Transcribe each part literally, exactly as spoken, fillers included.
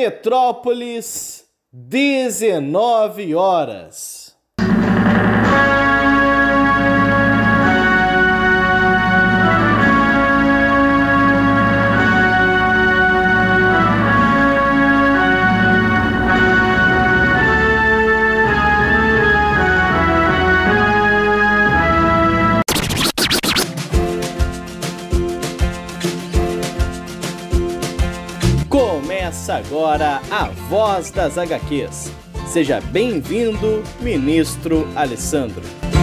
Metrópolis, dezenove horas. Começa agora a Voz das agá quês. Seja bem-vindo, Ministro Alessandro.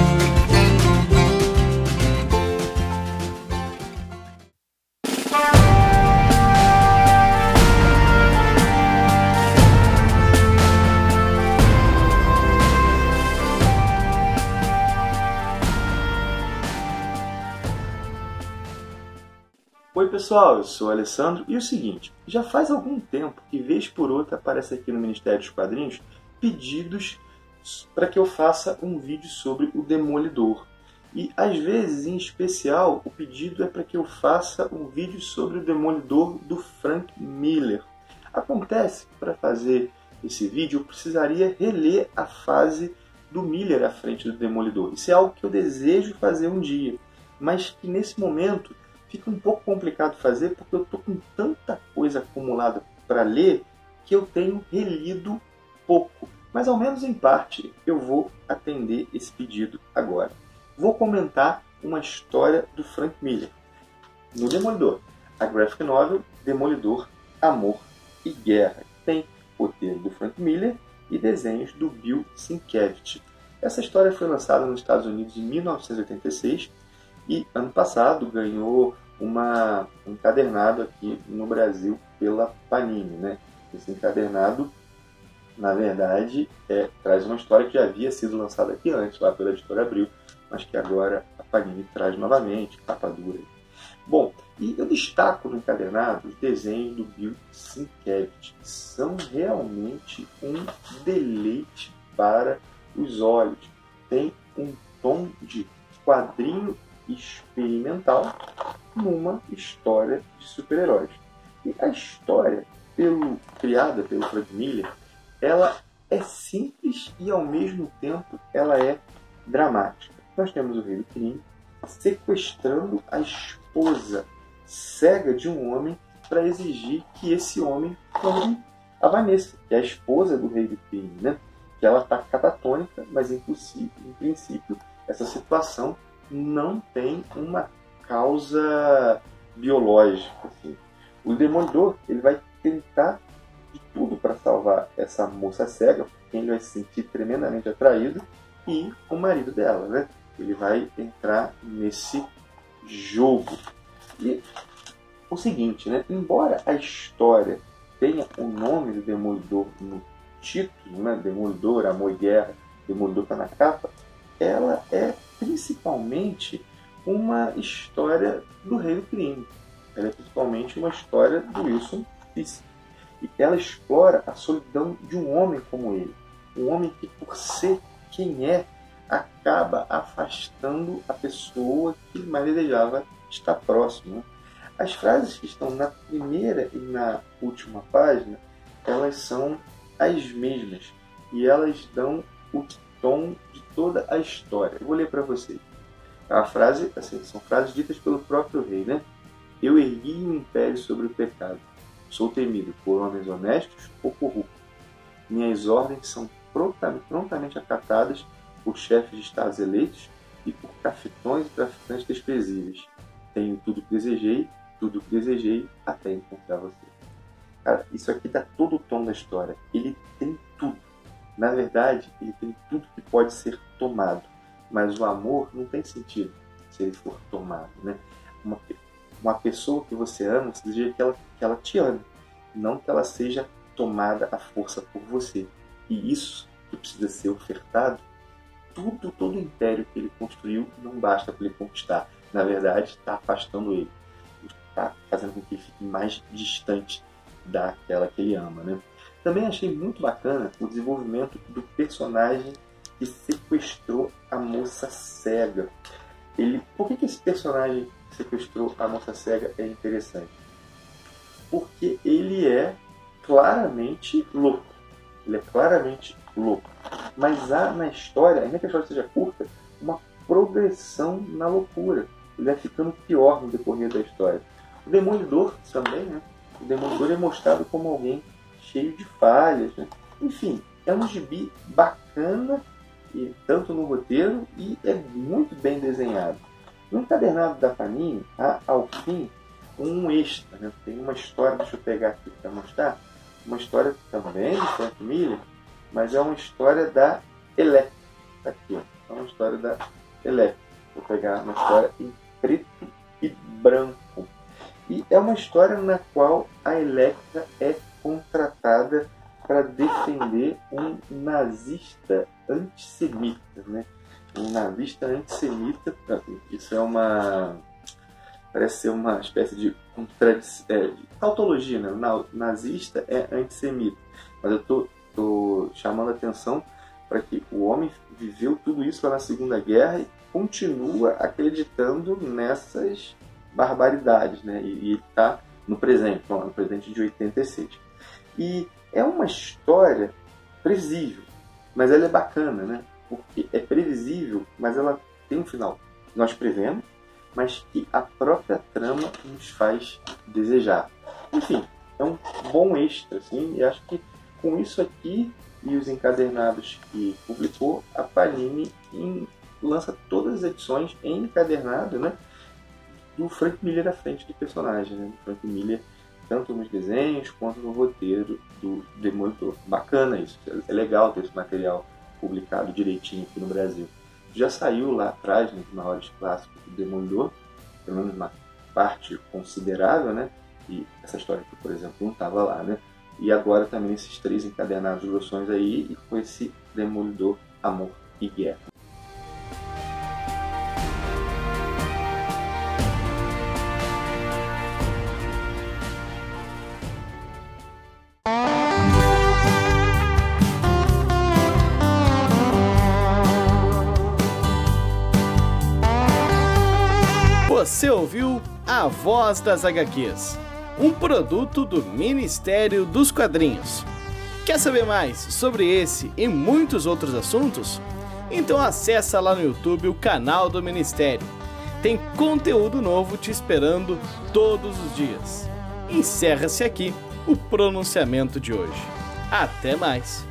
Oi pessoal, eu sou o Alessandro e o seguinte, já faz algum tempo que vez por outra aparece aqui no Ministério dos Quadrinhos pedidos para que eu faça um vídeo sobre o Demolidor. E às vezes, em especial, o pedido é para que eu faça um vídeo sobre o Demolidor do Frank Miller. Acontece que para fazer esse vídeo eu precisaria reler a fase do Miller à frente do Demolidor. Isso é algo que eu desejo fazer um dia, mas que nesse momento fica um pouco complicado fazer porque eu estou com tanta coisa acumulada para ler que eu tenho relido pouco. Mas ao menos em parte eu vou atender esse pedido agora. Vou comentar uma história do Frank Miller no Demolidor. A graphic novel Demolidor, Amor e Guerra. Que tem roteiro do Frank Miller e desenhos do Bill Sienkiewicz. Essa história foi lançada nos Estados Unidos em mil novecentos e oitenta e seis e ano passado ganhou uma, um encadernado aqui no Brasil pela Panini, né? Esse encadernado, na verdade, é, traz uma história que já havia sido lançada aqui antes, lá pela Editora Abril, mas que agora a Panini traz novamente, capa dura. Bom, e eu destaco no encadernado os desenhos do Bill Sienkiewicz, que são realmente um deleite para os olhos. Tem um tom de quadrinho experimental numa história de super-heróis. E a história pelo, criada pelo Frank Miller, ela é simples e ao mesmo tempo ela é dramática. Nós temos o rei do crime sequestrando a esposa cega de um homem para exigir que esse homem cure a Vanessa, que é a esposa do rei do crime, né? Que ela está catatônica, mas em, em princípio essa situação não tem uma causa biológica. Assim. O Demolidor ele vai tentar de tudo para salvar essa moça cega, porque ele vai se sentir tremendamente atraído, e o marido dela, né? Ele vai entrar nesse jogo. E o seguinte, né? Embora a história tenha o nome do Demolidor no título, né? Demolidor, Amor e Guerra, Demolidor está na capa, ela é principalmente uma história do rei do crime. Ela é principalmente uma história do Wilson Fisk. E ela explora a solidão de um homem como ele. Um homem que, por ser quem é, acaba afastando a pessoa que mais desejava estar próximo. As frases que estão na primeira e na última página, elas são as mesmas. E elas dão o tom de toda a história. Eu vou ler para vocês. A frase, assim, são frases ditas pelo próprio rei, né? Eu ergui um império sobre o pecado. Sou temido por homens honestos ou corruptos. Minhas ordens são prontamente acatadas por chefes de estados eleitos e por cafetões e traficantes desprezíveis. Tenho tudo o que desejei, tudo o que desejei até encontrar você. Cara, isso aqui dá todo o tom da história. Ele tem tudo. Na verdade, ele tem tudo que pode ser tomado. Mas o amor não tem sentido se ele for tomado, né? Uma, uma pessoa que você ama, você deseja que ela, que ela te ame, não que ela seja tomada à força por você. E isso que precisa ser ofertado, tudo, todo o império que ele construiu não basta para ele conquistar. Na verdade, está afastando ele. Está fazendo com que ele fique mais distante daquela que ele ama, né? Também achei muito bacana o desenvolvimento do personagem que sequestrou a moça cega. Ele, por que, que esse personagem que sequestrou a moça cega é interessante? Porque ele é claramente louco. Ele é claramente louco. Mas há na história, ainda que a história seja curta, uma progressão na loucura. Ele vai ficando pior no decorrer da história. O Demolidor também, né? O Demolidor é mostrado como alguém cheio de falhas, né? Enfim, é um gibi bacana, e tanto no roteiro, e é muito bem desenhado. No encadernado da Panini, há, ao fim, um extra, né? Tem uma história, deixa eu pegar aqui para mostrar, uma história também de Frank Miller, mas é uma história da Electra. Tá aqui, ó. É uma história da Electra. Vou pegar uma história em preto e branco. E é uma história na qual a Electra é contratada para defender um nazista antissemita, né? Um nazista antissemita, isso é uma, parece ser uma espécie de, é, de tautologia, né? O nazista é antissemita, mas eu tô, tô chamando a atenção para que o homem viveu tudo isso lá na Segunda Guerra e continua acreditando nessas barbaridades, né? E ele está no presente, no presente de oitenta e seis. E é uma história previsível, mas ela é bacana, né? Porque é previsível, mas ela tem um final. Nós prevemos, mas que a própria trama nos faz desejar. Enfim, é um bom extra, assim, e acho que com isso aqui e os encadernados que publicou, a Panini em, lança todas as edições em encadernado, né? Do Frank Miller à frente do personagem, né? Do Frank Miller, tanto nos desenhos quanto no roteiro do Demolidor. Bacana isso, é legal ter esse material publicado direitinho aqui no Brasil. Já saiu lá atrás, nos maiores clássicos do Demolidor, pelo menos uma parte considerável, né? E essa história aqui, por exemplo, não estava lá, né? E agora também esses três encadernados grossões aí, e com esse Demolidor, Amor e Guerra. Você ouviu A Voz das agá quês, um produto do Ministério dos Quadrinhos. Quer saber mais sobre esse e muitos outros assuntos? Então acessa lá no YouTube o canal do Ministério. Tem conteúdo novo te esperando todos os dias. Encerra-se aqui o pronunciamento de hoje. Até mais!